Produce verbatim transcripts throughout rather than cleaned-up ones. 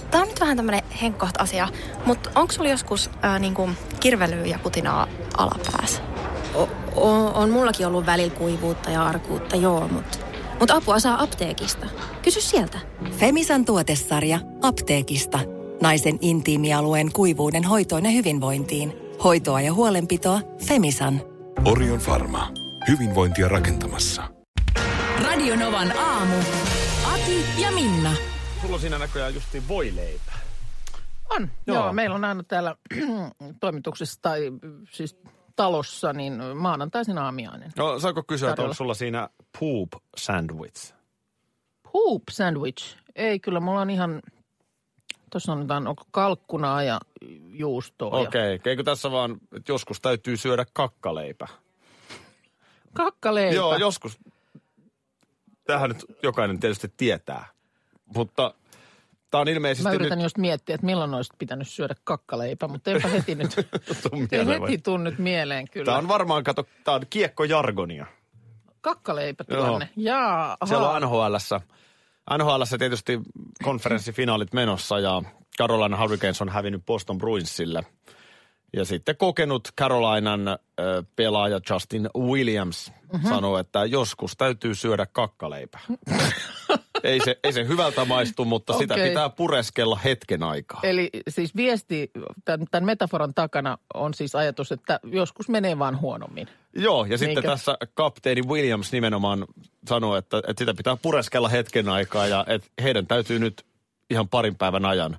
Tämä on nyt vähän tämmöinen henkkoht asia, mutta onko sulla joskus ää, niinku kirvelyä ja putinaa alapäässä? O- o- on mullakin ollut välillä kuivuutta ja arkuutta, joo, mutta mut apua saa apteekista. Kysy sieltä. Femisan tuotesarja apteekista. Naisen intiimialueen kuivuuden hoitoon ja hyvinvointiin. Hoitoa ja huolenpitoa Femisan. Orion Pharma. Hyvinvointia rakentamassa. Radio Novan aamu. Ati ja Minna. Sulla on siinä näköjään justiin voileipä. On, joo. joo. Meillä on aina täällä toimituksessa tai siis talossa niin maanantaisin aamiainen. No saako kysyä, tarjolla. Että onko sulla siinä poop sandwich? Poop sandwich? Ei, kyllä mulla on ihan, tuossa on jotain, onko kalkkunaa ja juustoa. Okei, okay. Eikö tässä vaan, että joskus täytyy syödä kakkaleipä? Kakkaleipä? Joo, joskus. Tähän nyt jokainen tietysti tietää, mutta tämä on ilmeisesti Mä yritän nyt... just miettiä, että milloin olisi pitänyt syödä kakkaleipä, mutta eipä heti nyt, ei heti tuu nyt mieleen kyllä. Tämä on varmaan, kato, tämä on kiekkojargonia. Kakkaleipä tilanne, jaa. Aha. Siellä on N H L:ssä. N H L:ssä tietysti konferenssifinaalit menossa ja Carolina Hurricanes on hävinnyt Boston Bruinsille. Ja sitten kokenut Carolinan äh, pelaaja Justin Williams mm-hmm. sanoo, että joskus täytyy syödä kakkaleipä. ei, se, ei se hyvältä maistu, mutta okay. Sitä pitää pureskella hetken aikaa. Eli siis viesti tämän, tämän metaforan takana on siis ajatus, että joskus menee vaan huonommin. Joo, ja sitten Niinkö? tässä kapteeni Williams nimenomaan sanoo, että, että sitä pitää pureskella hetken aikaa ja että heidän täytyy nyt ihan parin päivän ajan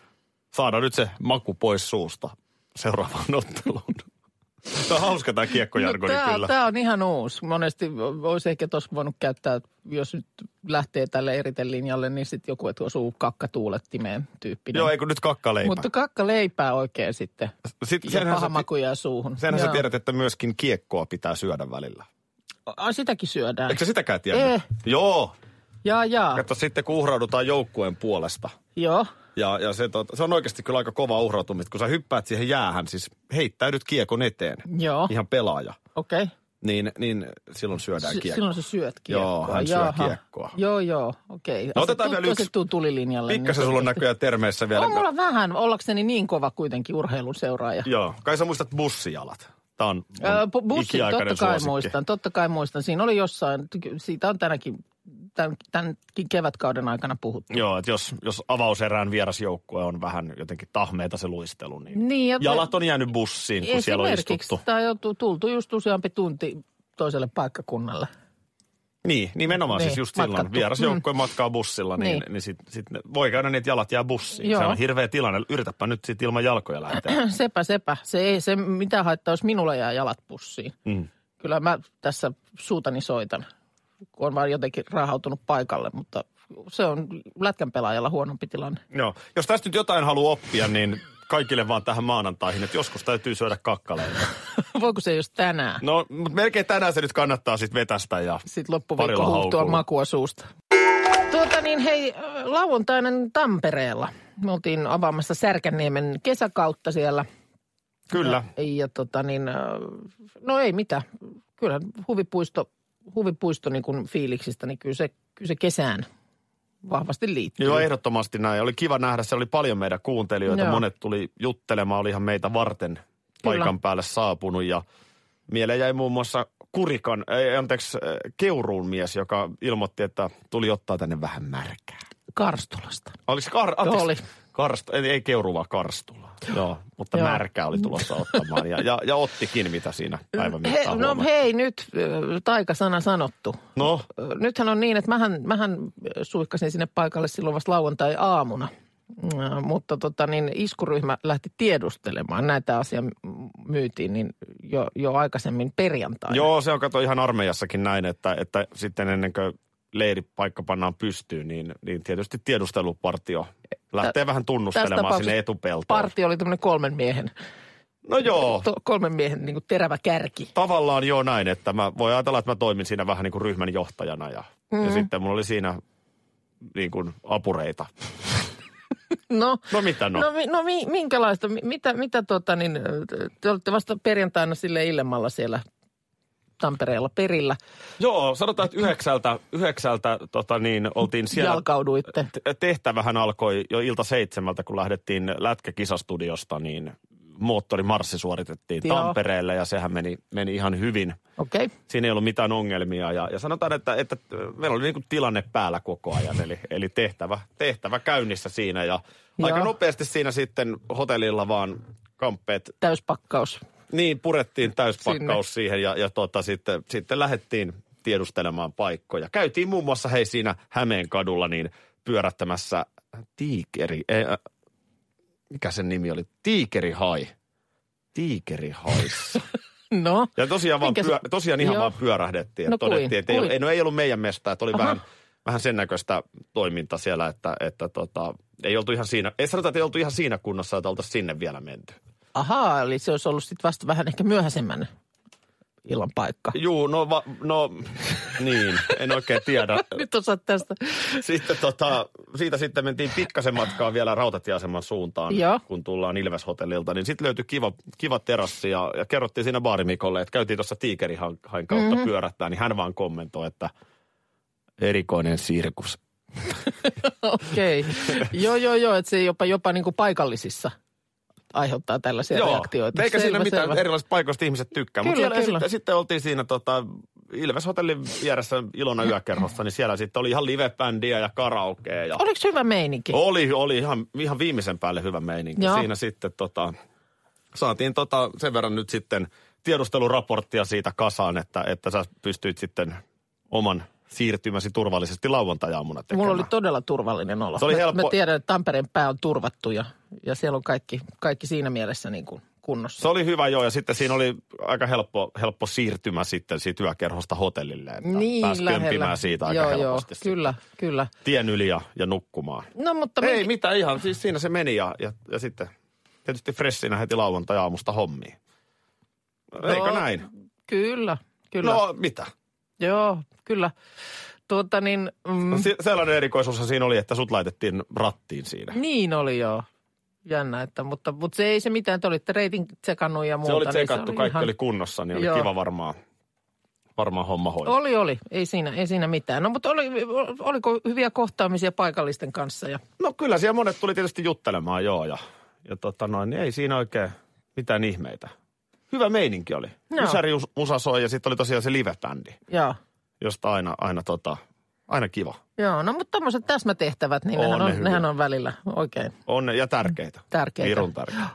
saada nyt se maku pois suusta seuraavaan otteluun. Tämä on hauska tämä kiekkojargoni no, kyllä. Tämä on ihan uusi. Monesti olisi ehkä tuossa voinut käyttää, jos nyt lähtee tälle eritelinjalle, niin sitten joku, että osuu kakkatuulettimeen tyyppinen. Joo, eikö nyt kakkaleipä? Mutta kakkaleipää oikein sitten. Sitten ja paha maku jää suuhun. Senhän sä tiedät, että myöskin kiekkoa pitää syödä välillä. A, sitäkin syödään. Eikö sä sitäkään tiedä? Eh. Joo. Jaa, jaa. Katso sitten, kun uhraudutaan joukkueen puolesta. Joo. Ja, ja se, se on oikeasti kyllä aika kova uhrautumista, kun sä hyppäät siihen jäähän, siis heittäydyt kiekon eteen. Joo. Ihan pelaaja. Okei. Okay. Niin, niin silloin syödään S- kiekkoa. Silloin sä syöt kiekkoa. Joo, hän syö Jaha. kiekkoa. Joo, joo, okei. Okay. No otetaan vielä yksi. Asettuu tulilinjalle. Pikkasen niin sulla on näköjään termeissä vielä. On mulla vähän, ollakseni niin kova kuitenkin urheilun seuraaja. Joo, kai sä muistat bussijalat. Tämä on, on öö, bussi, totta kai suosikki. muistan, totta kai muistan. Siinä oli jossain, siitä on tänäkin, tämän, tämänkin kevätkauden aikana puhuttu. Joo, että jos, jos avauserään vierasjoukkue on vähän jotenkin tahmeita se luistelu, niin, niin ja jalat on jäänyt bussiin, kun siellä on istuttu. Esimerkiksi, tai on tultu just useampi tunti toiselle paikkakunnalle. Niin, nimenomaan niin, siis just silloin matkattu. vierasjoukkue mm. matkaa bussilla, niin, niin. niin sitten sit voi käydä niin, että jalat jää bussiin. Joo. Se on hirveä tilanne. Yritäpä nyt sitten ilman jalkoja lähteä. sepä, sepä. Se ei se mitä haittaa, jos minulla jää jalat bussiin. Mm. Kyllä mä tässä suutani soitan, kun on vaan jotenkin raahautunut paikalle, mutta se on lätkän pelaajalla huonompi tilanne. Joo, jos tästä nyt jotain haluaa oppia, niin kaikille vaan tähän maanantaihin, että joskus täytyy syödä kakkaleita. Voiko se just tänään? No, mutta melkein tänään se nyt kannattaa sitten vetästä ja sitten loppuviikko huuhtua makua suusta. Tuota niin, hei, lauantaina Tampereella. Me oltiin avaamassa Särkänniemen kesäkautta siellä. Kyllä. Ja, ja tota niin, no ei mitään. Kyllä huvipuisto, huvipuisto niin kuin fiiliksistä, niin kyllä se, kyllä se kesään vahvasti liittyy. Joo, ehdottomasti näin. Oli kiva nähdä, siellä oli paljon meidän kuuntelijoita. Joo. Monet tuli juttelemaan, oli ihan meitä varten paikan Kyllä. päälle saapunut. Ja mieleen jäi muun muassa Kurikan, ei, anteeksi, Keuruun mies, joka ilmoitti, että tuli ottaa tänne vähän märkää. Karstulasta. Oliko se kar, anteeksi, oli. Karst, ei, ei Keuru, vaan Karstula. Joo, mutta Joo. märkää oli tulossa ottamaan. Ja, ja, ja ottikin, mitä siinä päivän He, mittaan No huomasi. hei, nyt taikasana sanottu. No? Nythän on niin, että mähän, mähän suihkasin sinne paikalle silloin vasta lauantai-aamuna. Mutta tota niin, iskuryhmä lähti tiedustelemaan. Näitä asiaa myytiin niin jo, jo aikaisemmin perjantaina. Joo, se on kato ihan armeijassakin näin, että, että sitten ennen kuin leiripaikka pannaan pystyyn, niin, niin tietysti tiedustelupartio lähtee Tä, vähän tunnustelemaan sinne etupeltoon. Partio oli tämmöinen kolmen miehen. No joo. To, kolmen miehen niin kuin terävä kärki. Tavallaan joo näin, että mä voin ajatella, että mä toimin siinä vähän niin kuin ryhmän johtajana ja, mm. ja sitten mulla oli siinä niin kuin apureita. No, no mitä no? No, no minkälaista, mitä, mitä tota niin, te olette vasta perjantaina sille Illemalla siellä Tampereella perillä. Joo, sanotaan, että yhdeksältä, yhdeksältä tota niin, oltiin siellä. Jalkauduitte. Tehtävähän alkoi jo ilta seitsemältä, kun lähdettiin Lätkäkisastudiosta, niin moottorimarssi suoritettiin Joo. Tampereelle ja sehän meni, meni ihan hyvin. Okei. Okay. Siinä ei ollut mitään ongelmia ja, ja sanotaan, että, että meillä oli niin kuin tilanne päällä koko ajan, eli, eli tehtävä, tehtävä käynnissä siinä ja Joo. aika nopeasti siinä sitten hotellilla vaan kamppeet. Täyspakkaus. Niin, purettiin täyspakkaus Sinne. siihen ja, ja tota, sitten, sitten lähdettiin tiedustelemaan paikkoja. Käytiin muun muassa hei siinä Hämeen kadulla niin pyörättämässä tiikeri, ei, äh, mikä sen nimi oli? Tiikerihai. Tiikerihaissa. No. Ja tosiaan, vaan pyö, tosiaan ihan Joo. vaan pyörähdettiin. No todettiin, kuin, että ei, kuin. Ei, no ei ollut meidän mesta, että oli vähän, vähän sen näköistä toiminta siellä, että, että tota, ei oltu ihan siinä, ei sanota, että ei oltu ihan siinä kunnossa, että oltaisiin sinne vielä menty. Ahaa, eli se olisi ollut sitten vasta vähän ehkä myöhäisemmän illan paikka. Juu, no, va, no niin, en oikein tiedä. Nyt osaat tästä. Sitten tota, siitä sitten mentiin pikkasen matkaa vielä rautatieaseman suuntaan, Joo. kun tullaan Ilves-hotellilta. Niin sitten löytyi kiva, kiva terassi ja, ja kerrottiin siinä baarimikolle, että käytiin tuossa Tiikerihain kautta mm-hmm. pyörättää, niin hän vaan kommentoi, että erikoinen sirkus. Okei. Okay. Joo, joo, joo, että se jopa, jopa niin kuin paikallisissa aiheuttaa tällaisia Joo, reaktioita. Eikä selvä, siinä mitään selvä. erilaisista paikoista ihmiset tykkää. Mutta siellä sitten, sitten oltiin siinä tota, Ilves-hotellin vieressä Ilona yökerhossa, niin siellä sitten oli ihan live-bändiä ja karaokea. Ja oliko hyvä meininki? Oli, oli ihan, ihan viimeisen päälle hyvä meininki. Joo. Siinä sitten tota, saatiin tota, sen verran nyt sitten tiedusteluraporttia siitä kasaan, että, että sä pystyit sitten oman siirtymäsi turvallisesti lauantai-aamuna tekemään. Mulla oli todella turvallinen olo. Se oli helppo. Mä, mä tiedän, että Tampereen pää on turvattu ja, ja siellä on kaikki, kaikki siinä mielessä niin kuin kunnossa. Se oli hyvä joo ja sitten siinä oli aika helppo, helppo siirtymä sitten siitä yökerhosta hotellille. Että niin, pääsi kömpimään siitä aika joo, helposti. Joo, kyllä, kyllä. Tien yli ja, ja nukkumaan. No mutta... Ei minkä... mitään ihan, siis siinä se meni ja, ja, ja sitten tietysti freshinä heti lauantai-aamusta hommiin. No, eikö näin? Kyllä, kyllä. No mitä? Joo, kyllä. Tuota niin... Mm, no, sellainen erikoisuus siinä oli, että sut laitettiin rattiin siinä. Niin oli joo. Jännä, että, mutta, mutta se ei se mitään, te olitte reitin tsekannut ja muuta. Se oli niin tsekattu, se oli kaikki ihan... oli kunnossa, niin oli joo. kiva varmaan, varmaan homma hoitaa. Oli, oli. Ei siinä, ei siinä mitään. No mutta oli, oliko hyviä kohtaamisia paikallisten kanssa? Ja... No kyllä siellä monet tuli tietysti juttelemaan, joo. Ja, ja tota noin, niin ei siinä oikein mitään ihmeitä. Hyvä meininki oli. Ysäri musa soi ja sitten oli tosiaan se live-bändi. Joo. Josta aina, aina, tota, aina kiva. Joo, no mutta tommoset täsmätehtävät, niin on nehän, on, nehän on välillä oikein. On ja tärkeitä. Tärkeitä. Virun tärkeitä.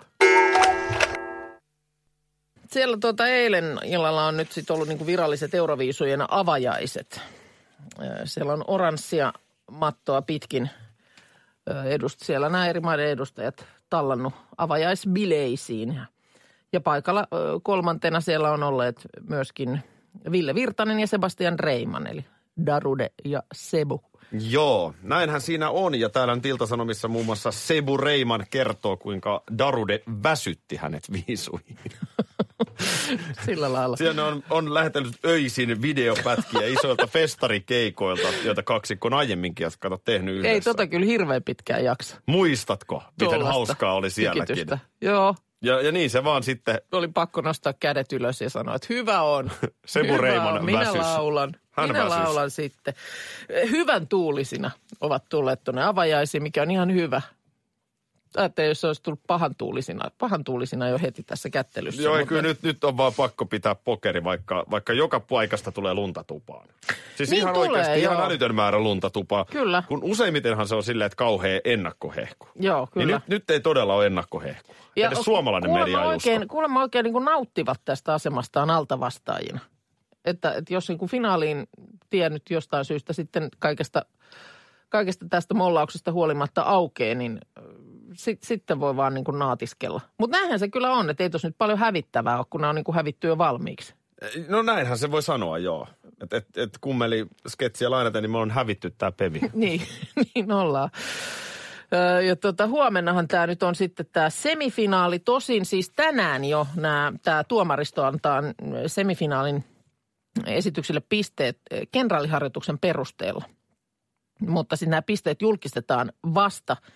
Siellä tuota eilen illalla on nyt sitten ollut niinku viralliset Euroviisujen avajaiset. Siellä on oranssia mattoa pitkin edust. Siellä nämä eri maiden edustajat tallannut avajaisbileisiin. Ja paikalla kolmantena siellä on olleet myöskin Ville Virtanen ja Sebastian Reiman, eli Darude ja Sebu. Joo, näinhän siinä on. Ja täällä on Ilta-Sanomissa muun muassa Sebu Reiman kertoo, kuinka Darude väsytti hänet viisuihin. Sillä lailla. Siellä on, on lähetellyt öisin videopätkiä isoilta festarikeikoilta, joita kaksikko on aiemminkin kato tehnyt yhdessä. Ei tota kyllä hirveän pitkään jaksa. Muistatko, miten Tuollaista hauskaa oli sielläkin? tykitystä. Joo. Ja, ja niin se vaan sitten... Oli pakko nostaa kädet ylös ja sanoa, että hyvä on. Sebu hyvä Reiman on. Minä väsys. laulan. Hän Minä väsys. laulan sitten. Hyvän tuulisina ovat tulleet tuonne avajaisiin, mikä on ihan hyvä. Ajattelin, jos se olisi tullut pahan tuulisina, pahan tuulisina jo heti tässä kättelyssä. Joo, mutta... kyllä nyt, nyt on vaan pakko pitää pokeri, vaikka, vaikka joka paikasta tulee lunta tupaan. Siis niin ihan tulee, oikeasti joo. ihan älytön määrä lunta tupaa. Kyllä. Kun useimmitenhan se on silleen, että kauhea ennakkohehku. Joo, kyllä. Niin nyt, nyt ei todella ole ennakkohehku. Ja edes suomalainen media oikein, just kuulemma oikein niin kuin nauttivat tästä asemastaan altavastaajina. Että, että jos niin kuin finaaliin tiennyt jostain syystä sitten kaikesta, kaikesta tästä mollauksesta huolimatta aukeaa, niin sit, sitten voi vaan niin kuin naatiskella. Mutta näinhän se kyllä on, että ei tuossa nyt paljon hävittävää ole, kun nämä on niin kuin hävitty jo valmiiksi. No näinhän se voi sanoa, joo. Että et, et kummeli sketsiä lainaten, niin me on hävitty tämä pevi. niin, niin ollaan. Ja tota, huomennahan tämä nyt on sitten tämä semifinaali. Tosin siis tänään jo tämä tuomaristo antaa semifinaalin esityksille pisteet kenraaliharjoituksen perusteella. Mutta siis nämä pisteet julkistetaan vasta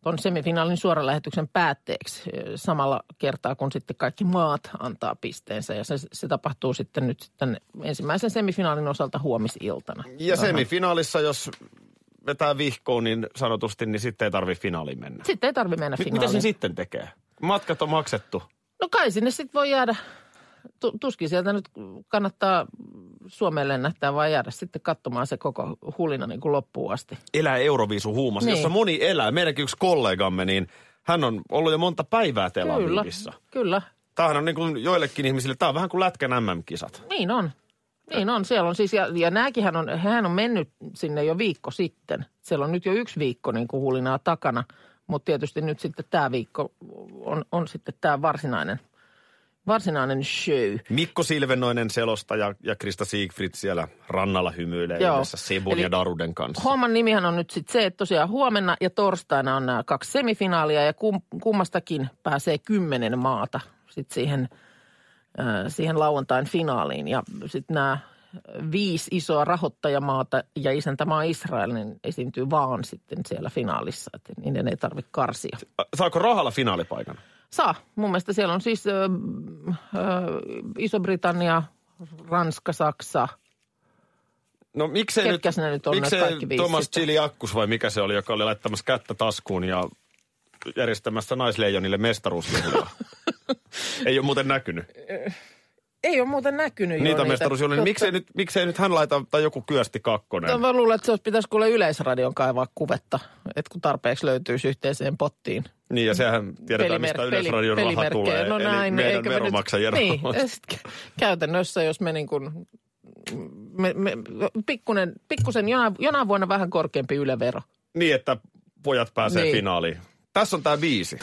tuon semifinaalin suoran lähetyksen päätteeksi samalla kertaa, kun sitten kaikki maat antaa pisteensä. Ja se, se tapahtuu sitten nyt sitten ensimmäisen semifinaalin osalta huomisiltana. Ja semifinaalissa, jos vetää vihkoon niin sanotusti, niin sitten ei tarvitse finaaliin mennä. Sitten ei tarvitse mennä finaaliin. Mitä se sitten tekee? Matkat on maksettu. No kai sinne sitten voi jäädä. Tuskin sieltä nyt kannattaa Suomeen lennähtää, vaan jäädä sitten katsomaan se koko hulina niin kuin loppuun asti. Elää Euroviisun huumassa, niin. Jossa moni elää. Meidänkin yksi kollegamme, niin hän on ollut jo monta päivää Tel Avivissa. Kyllä, kyllä. Tämähän on niin kuin joillekin ihmisille, tämä on vähän kuin Lätkän M M-kisat. Niin on. Niin on. Siellä on siis, ja, ja nämäkin on, hän on mennyt sinne jo viikko sitten. Siellä on nyt jo yksi viikko niin kuin hulinaa takana, mutta tietysti nyt sitten tämä viikko on, on sitten tämä varsinainen. Varsinainen show. Mikko Silvennoinen selostaja ja Krista Siegfried siellä rannalla hymyilee yhdessä Sebun ja Daruden kanssa. Homman nimihän on nyt sitten se, että tosiaan huomenna ja torstaina on nämä kaksi semifinaalia ja kum, kummastakin pääsee kymmenen maata sitten siihen, äh, siihen lauantain finaaliin. Ja sitten nämä viisi isoa rahoittajamaata ja isäntämaa Israel niin esiintyy vaan sitten siellä finaalissa, että niiden ei tarvitse karsia. Saako rahalla finaalipaikan? Saa. Mun mielestä siellä on siis ö, ö, Iso-Britannia, Ranska, Saksa. No miksei Ketkä nyt, ne nyt on miksei kaikki viisi Thomas sitten? Chiliakkus vai mikä se oli, joka oli laittamassa kättä taskuun ja järjestämässä naisleijonille mestaruusjuhlia? Ei ole muuten näkynyt. Ei ole muuten näkynyt jo niitä mestaruusjuhlia. Niin miksei nyt, miksei nyt hän laita, tai joku Kyösti Kakkonen? Mä luulen, että se pitäisi kuule Yleisradion kaivaa kuvetta, että kun tarpeeksi löytyisi yhteiseen pottiin. Niin ja sehän tiedetään, Pelimer- mistä Yleisradion peli- raha tulee, no näin, eli meidän veronmaksajien niin, rahoista. Käytännössä, jos me niin kuin, me, me, pikkunen, pikkusen jonain, jonain vuonna vähän korkeampi ylevero. Niin, että pojat pääsee niin. finaaliin. Tässä on tämä viisi.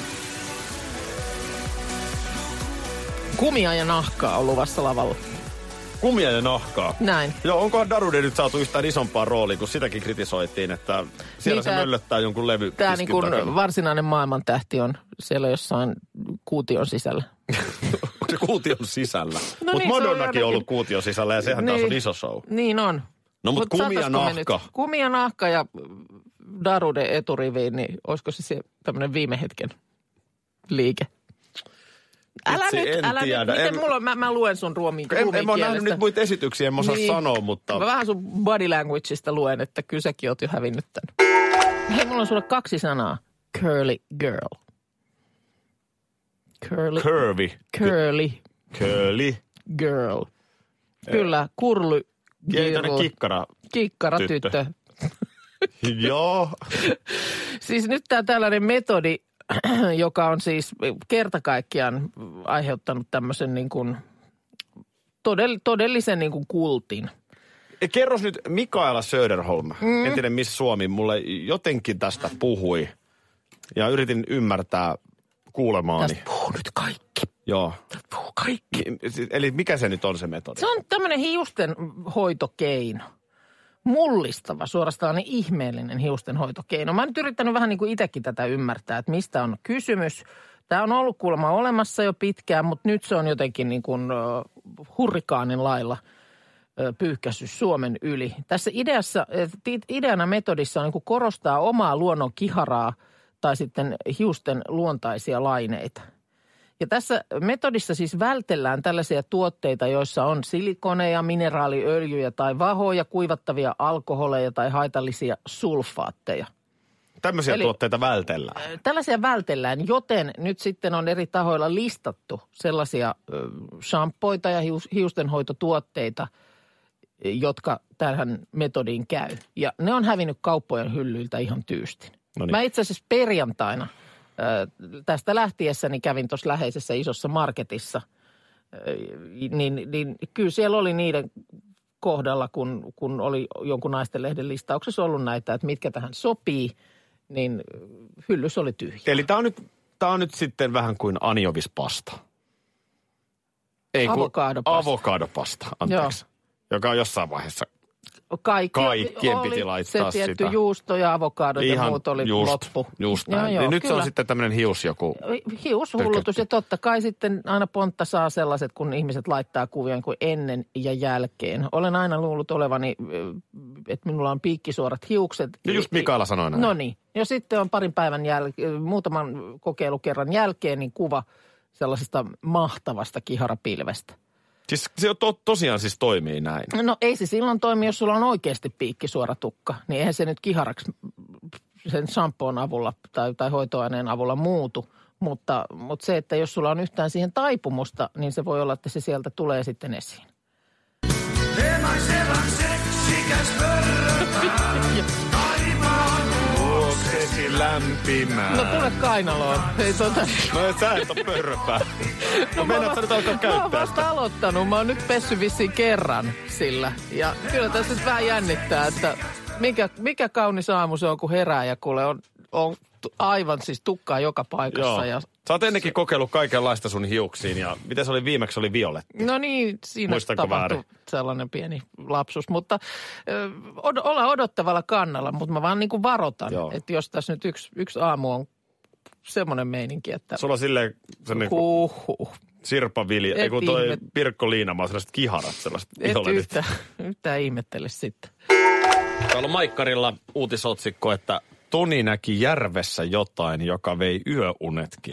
Kumia ja nahkaa on luvassa lavalla. Kumia ja nahkaa. Näin. Joo, onkohan Darude nyt saatu yhtään isompaa roolia, kun sitäkin kritisoitiin, että siellä niin se tää, möllöttää jonkun levy. Tämä niin kuin varsinainen maailmantähti on siellä jossain kuution sisällä. Onko se kuution sisällä? No mutta niin, Madonnakin on ollut kuution sisällä ja sehän niin, taas on iso show. Niin on. No mutta Mut kumia nahka. Kumia nahka ja Darude eturiviin, niin olisiko se, se tämmöinen viime hetken liike? Älä Itse nyt, älä tiedä. nyt. Miten en, mulla on, mä, mä luen sun ruumiin en, kielestä. En mä ole nähnyt nyt muita esityksiä, en mä osaa niin. sanoa, mutta... Mä vähän sun body languageista luen, että kyllä säkin oot jo hävinnyt tän. Hei, mulla on sulle kaksi sanaa. Curly girl. Curly. Curvy. Curly. Curly. Girl. Kyllä, kurly. Kieltäinen kikkara. Kikkara tyttö. tyttö. Joo. Siis nyt tää tällainen metodi, joka on siis kerta kaikkiaan aiheuttanut tämmöisen niin kuin todellisen niin kuin kultin. Kerros nyt Mikaela Söderholm, mm. entinen Miss Suomi, mulle jotenkin tästä puhui ja yritin ymmärtää kuulemaani. Tästä puhuu nyt kaikki. Joo. Tästä puhuu kaikki. Eli mikä se nyt on se metodi? Se on tämmöinen hiusten hoitokeino. Mullistava, suorastaan niin ihmeellinen hiustenhoitokeino. Mä oon nyt yrittänyt vähän niin kuin itsekin tätä ymmärtää, että mistä on kysymys. Tämä on ollut kuulemma olemassa jo pitkään, mutta nyt se on jotenkin niin kuin uh, hurrikaanin lailla uh, pyyhkässyt Suomen yli. Tässä ideassa, ideana metodissa on niin kuin korostaa omaa luonnon kiharaa tai sitten hiusten luontaisia laineita. Ja tässä metodissa siis vältellään tällaisia tuotteita, joissa on silikoneja, mineraaliöljyjä tai vahoja, kuivattavia alkoholeja tai haitallisia sulfaatteja. Tämmöisiä Eli tuotteita vältellään? Tällaisia vältellään, joten nyt sitten on eri tahoilla listattu sellaisia shampoita ja hiustenhoitotuotteita, jotka tähän metodiin käy. Ja ne on hävinnyt kauppojen hyllyiltä ihan tyystin. Noniin. Mä itse asiassa perjantaina tästä lähtiessäni kävin tuossa läheisessä isossa marketissa, niin, niin kyllä siellä oli niiden kohdalla, kun, kun oli jonkun naistenlehden listauksessa ollut näitä, että mitkä tähän sopii, niin hyllys oli tyhjä. Eli tämä on nyt, tämä on nyt sitten vähän kuin anjovispasta. Ei, avokadopasta. Avokadopasta, anteeksi. Joo. Joka on jossain vaiheessa Kaikki Kaikkien oli, piti laittaa se tietty sitä. juusto ja avokadot ja muut oli just, loppu. Just Joo, näin. joo, niin nyt kyllä. se on sitten tämmöinen hius joku. Hiushullutus ja totta kai sitten aina pontta saa sellaiset, kun ihmiset laittaa kuvien kuin ennen ja jälkeen. Olen aina luullut olevani, että minulla on piikkisuorat hiukset. Ja just Mikaela sanoi näin. No niin. Ja sitten on parin päivän jäl- muutaman kokeilukerran jälkeen niin kuva sellaisesta mahtavasta kiharapilvestä. Siis se to, tosiaan siis toimii näin. No ei se silloin toimi, jos sulla on oikeasti piikkisuora tukka. Niin eihän se nyt kiharaksi sen shampoon avulla tai, tai hoitoaineen avulla muutu. Mutta, mutta se, että jos sulla on yhtään siihen taipumusta, niin se voi olla, että se sieltä tulee sitten esiin. Juoksesi lämpimään. No tule kainaloon. Ei, tota... No et sä et ole pörröpää. No mennään sä nyt alkaa Mä oon käyttää vasta sitä. aloittanut. Mä oon nyt pessy vissiin kerran sillä. Ja kyllä tässä nyt vähän jännittää, että mikä, mikä kaunis aamu se on, kun herää ja kuule on, on aivan siis tukkaa joka paikassa. Joo. Ja Sä oot ennenkin kokeillut kaikenlaista sun hiuksiin ja miten se oli viimeksi, oli violetti. no niin, siinä Muistanko tapahtui väärin? sellainen pieni lapsus, mutta ö, od, olla odottavalla kannalla, mutta mä vaan niin kuin varoitan, Joo. että jos tässä nyt yksi, yksi aamu on semmoinen meininki, että Sulla on silleen se niinku huhhuh, Sirpa Vilja, Et ei kun toi ihme. Pirkko Liinamaa, sellaiset kiharat, sellaiset et violetit. yhtä, yhtään ihmettele sitten. Täällä on Maikkarilla uutisotsikko, että Toni näki järvessä jotain, joka vei yöunetkin.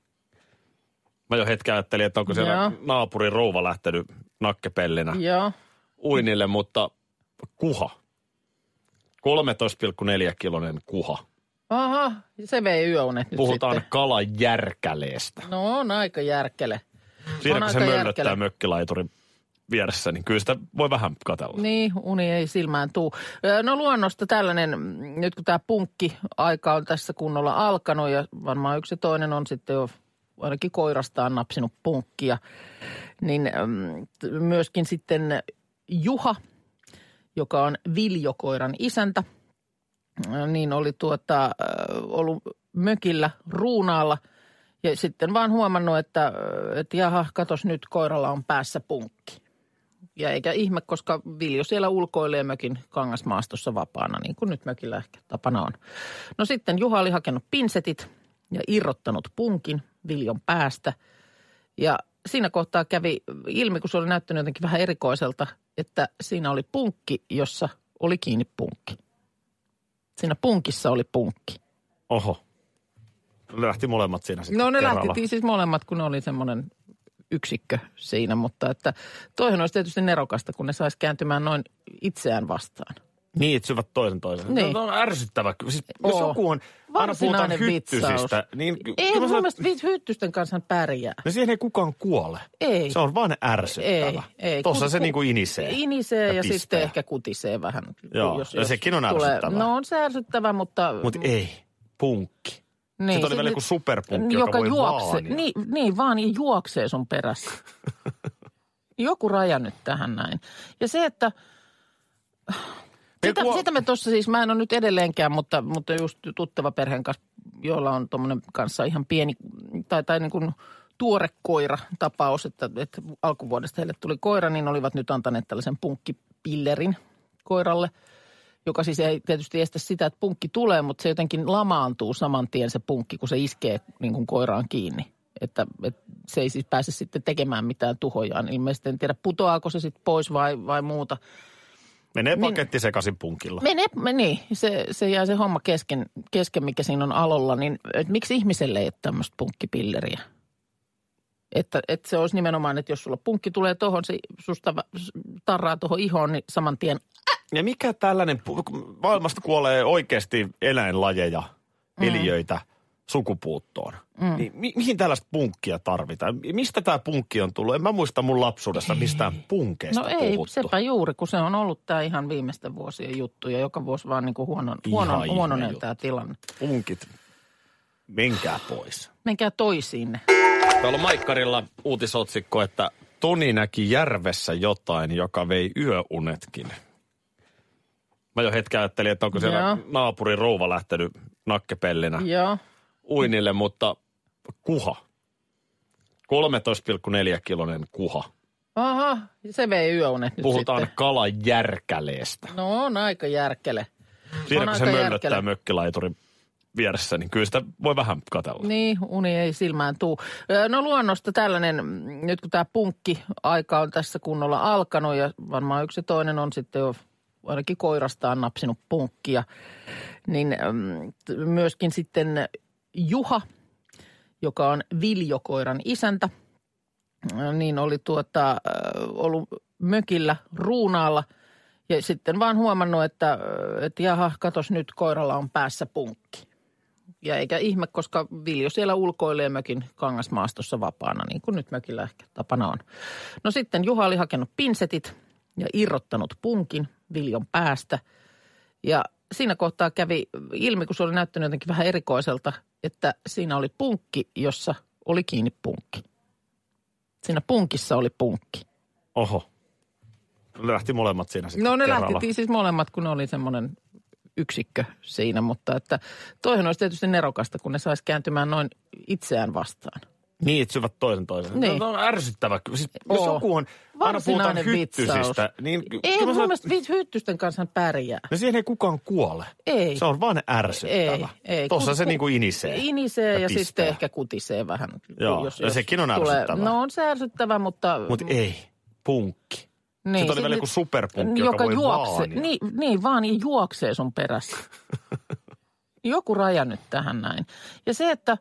Mä jo hetken ajattelin, että onko siellä Joo. naapurin rouva lähtenyt nakkepellinä Joo. uinille, mutta kuha. kolmetoista pilkku neljä kilonen kuha. Aha, se vei yöunet nyt Puhutaan sitten. kalan järkäleestä. No on aika järkele. Siinä on kun se aika möllöttää järkele. mökkilaiturin vieressä, niin kyllä sitä voi vähän katsella. Niin, uni ei silmään tuu. No luonnosta tällainen, nyt kun tämä punkki-aika on tässä kunnolla alkanut ja varmaan yksi ja toinen on sitten jo ainakin koirastaan napsinut punkkia, niin mm, myöskin sitten Juha, joka on Viljokoiran isäntä, niin oli tuota, ollut mökillä Ruunaalla ja sitten vaan huomannut, että, että jaha, katos nyt koiralla on päässä punkki. Ja eikä ihme, koska Viljo siellä ulkoilee mökin kangasmaastossa vapaana, niin kuin nyt mökillä ehkä tapana on. No sitten Juha oli hakenut pinsetit ja irrottanut punkin Viljon päästä. Ja siinä kohtaa kävi ilmi, kun se oli näyttänyt jotenkin vähän erikoiselta, että siinä oli punkki, jossa oli kiinni punkki. Siinä punkissa oli punkki. Oho. Ne lähti molemmat siinä sitten No ne kerralla. lähti siis molemmat, kun ne oli semmoinen yksikkö siinä, mutta että toihan olisi tietysti nerokasta, kun ne saisi kääntymään noin itseään vastaan. Niin, että syvät toisen toisen. Niin. No, on ärsyttävä. Siis, jos Oo. joku on, aina puhutaan Varsinainen hyttysistä, vitsaus. niin ky- Ei, kyllä mun mä sanon, mielestä vi- hyttysten kanssa pärjää. no siihen ei kukaan kuole. Ei. Se on vaan ärsyttävä. Ei, ei. Tuossa Ku- se ku- niinku inisee. Inisee ja, ja pistää. sitten ehkä kutisee vähän. Joo, ja sekin on ärsyttävää. No on se ärsyttävä, mutta... Mutta ei, punkki. niin, Sitten oli sit vielä nyt- joku superpunkki, joka, voi juoksee, vaania. niin, niin, vaan ja juoksee sun perässä. Joku raja nyt tähän näin. Ja se, että... Sitä, kun- sitä me tuossa siis, mä en ole nyt edelleenkään, mutta, mutta just tuttava perheen kanssa, jolla on tuommoinen kanssa ihan pieni, tai, tai niin kuin tuore koira-tapaus, että, että alkuvuodesta heille tuli koira, niin olivat nyt antaneet tällaisen punkkipillerin koiralle, joka siis ei tietysti estä sitä, että punkki tulee, mutta se jotenkin lamaantuu saman tien se punkki, kun se iskee niin kuin koiraan kiinni. Että, että se ei siis pääse sitten tekemään mitään tuhojaan. Ilmeisesti en tiedä, putoaako se sitten pois vai, vai muuta. Menee Min- paketti sekaisin punkilla. Menee, me, niin, se, se jää se homma kesken, kesken, mikä siinä on alolla, niin että miksi ihmiselle ei ole tämmöistä punkkipilleriä? Että, että se olisi nimenomaan, että jos sulla punkki tulee tuohon, se susta tarraa tuohon ihoon, niin saman tien Ja mikä tällainen, pu- kun maailmasta kuolee oikeasti eläinlajeja, eliöitä sukupuuttoon. Mm. Niin mi- mihin tällaista punkkia tarvitaan? Mistä tämä punkki on tullut? En mä muista mun lapsuudesta mistään punkeista no ei, puhuttu. sepä juuri, kun se on ollut tämä ihan viimeisten vuosien juttu ja joka vuosi vaan niin kuin huonon, Ihan huonon, ihme huononee juttu. tämä tilanne. Punkit, menkää pois. Menkää toisiinne. Täällä on Maikkarilla uutisotsikko, että Toni näki järvessä jotain, joka vei yöunetkin. Mä jo hetken ajattelin, että onko siellä Joo. naapurin rouva lähtenyt nakkepellinä Joo. uinille, mutta kuha. kolmetoista pilkku neljä kilonen kuha. Aha, se vei yöunet nyt Puhutaan sitten. kalan järkäleestä. No on aika järkele. Siinä kun se aika möllöttää järkele. mökkilaiturin vieressä, niin kyllä sitä voi vähän katsella. Niin, uni ei silmään tuu. No luonnosta tällainen, nyt kun tämä punkki-aika on tässä kunnolla alkanut ja varmaan yksi ja toinen on sitten jo ainakin koirastaan napsinut punkkia, niin myöskin sitten Juha, joka on Viljo-koiran isäntä, niin oli tuota, ollut mökillä Ruunaalla ja sitten vaan huomannut, että, että jaha, katos nyt koiralla on päässä punkki. Ja eikä ihme, koska Viljo siellä ulkoilee mökin kangasmaastossa vapaana, niin kuin nyt mökillä ehkä tapana on. No sitten Juha oli hakenut pinsetit ja irrottanut punkin Viljon päästä. Ja siinä kohtaa kävi ilmi, kun se oli näyttänyt jotenkin vähän erikoiselta, että siinä oli punkki, jossa oli kiinni punkki. Siinä punkissa oli punkki. Oho. Lähti molemmat siinä sitten No ne kerralla. lähti siis molemmat, kun ne oli semmoinen yksikkö siinä, mutta että toihan olisi tietysti nerokasta, kun ne saisi kääntymään noin itseään vastaan. Niin, että syvät toisen toisen. Niin. No, on ärsyttävä. Siis, jos Oo. joku on, aina puhutaan Varsinainen hyttysistä, vitsaus. niin Ei, kyllä mä mun sanon, mielestä vi- hyttysten kanssa pärjää. no siihen ei kukaan kuole. Ei. Se on vaan ärsyttävä. Ei, ei. Tuossa Ku- se ku- niin kuin inisee. Inisee ja, ja pistää. sitten ehkä kutisee vähän. Joo, ja sekin on ärsyttävää. No on se ärsyttävä, mutta... Mutta ei, punkki. Niin, Sitten oli vielä sit- joku superpunkki, joka, joka voi juoksee, vaania. niin, niin, vaan ja juoksee sun perässä. Joku raja nyt tähän näin. Ja se, että...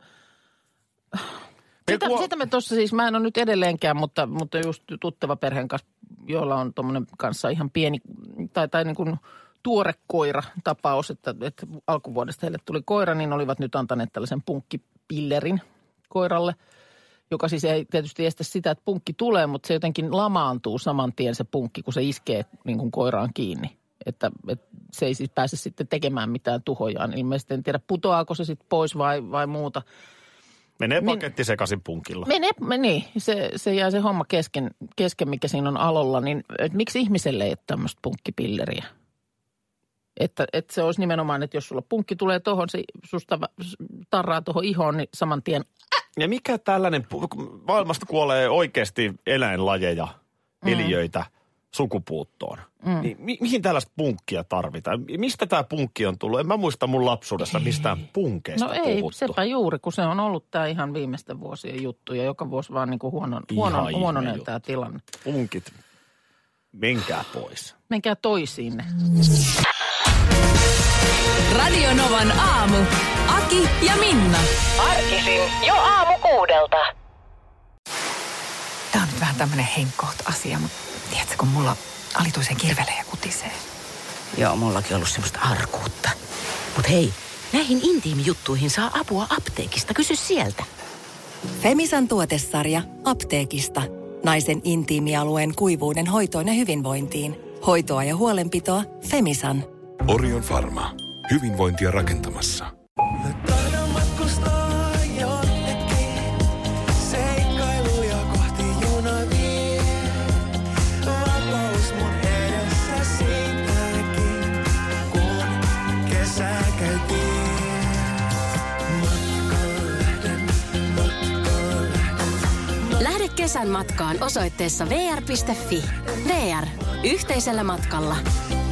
Sitä, kuo- sitä me tuossa siis, mä en ole nyt edelleenkään, mutta, mutta just tuttava perheen kanssa, jolla on tuommoinen kanssa ihan pieni, tai, tai niin kuin tuore koira-tapaus, että, että alkuvuodesta heille tuli koira, niin olivat nyt antaneet tällaisen punkkipillerin koiralle, joka siis ei tietysti estä sitä, että punkki tulee, mutta se jotenkin lamaantuu saman tien se punkki, kun se iskee niin kuin koiraan kiinni. Että, että se ei siis pääse sitten tekemään mitään tuhojaan. Ilmeisesti en tiedä, putoaako se sitten pois vai, vai muuta. Menee Min- paketti sekaisin punkilla. Menee, me, niin, se, se jää se homma kesken, kesken, mikä siinä on alolla. Niin että miksi ihmiselle ei ole tämmöistä punkkipilleriä? Että, että se olisi nimenomaan, että jos sulla punkki tulee tuohon, se susta tarraa tuohon ihoon, niin saman tien... Ja mikä tällainen, pu- kun maailmasta kuolee oikeasti eläinlajeja, eliöitä mm. sukupuuttoon. Mm. Niin mi- mihin tällaista punkkia tarvitaan? Mistä tämä punkki on tullut? En mä muista mun lapsuudesta mistään punkeista No ei, puhuttu. sepä juuri, kun se on ollut tämä ihan viimeisten vuosien juttu ja joka vuosi vaan niin kuin huonon, huonon, ihme huononee juttu. tämä tilanne. Punkit, menkää pois. Menkää toisiinne. Radio Novan aamu. Aki ja Minna. Arkisin jo aamu kuudelta. Tää on nyt vähän tämmönen henkkoht asia, mutta tiedätkö, kun mulla alituisen kirvelee ja kutisee. Joo, mullakin ollut semmoista arkuutta. Mut hei, näihin intiimijuttuihin saa apua apteekista. Kysy sieltä. Femisan tuotesarja apteekista. Naisen intiimialueen kuivuuden hoitoon ja hyvinvointiin. Hoitoa ja huolenpitoa Femisan. Orion Pharma. Hyvinvointia rakentamassa. Lähde kesän matkaan osoitteessa v r piste f i. V R. Yhteisellä matkalla.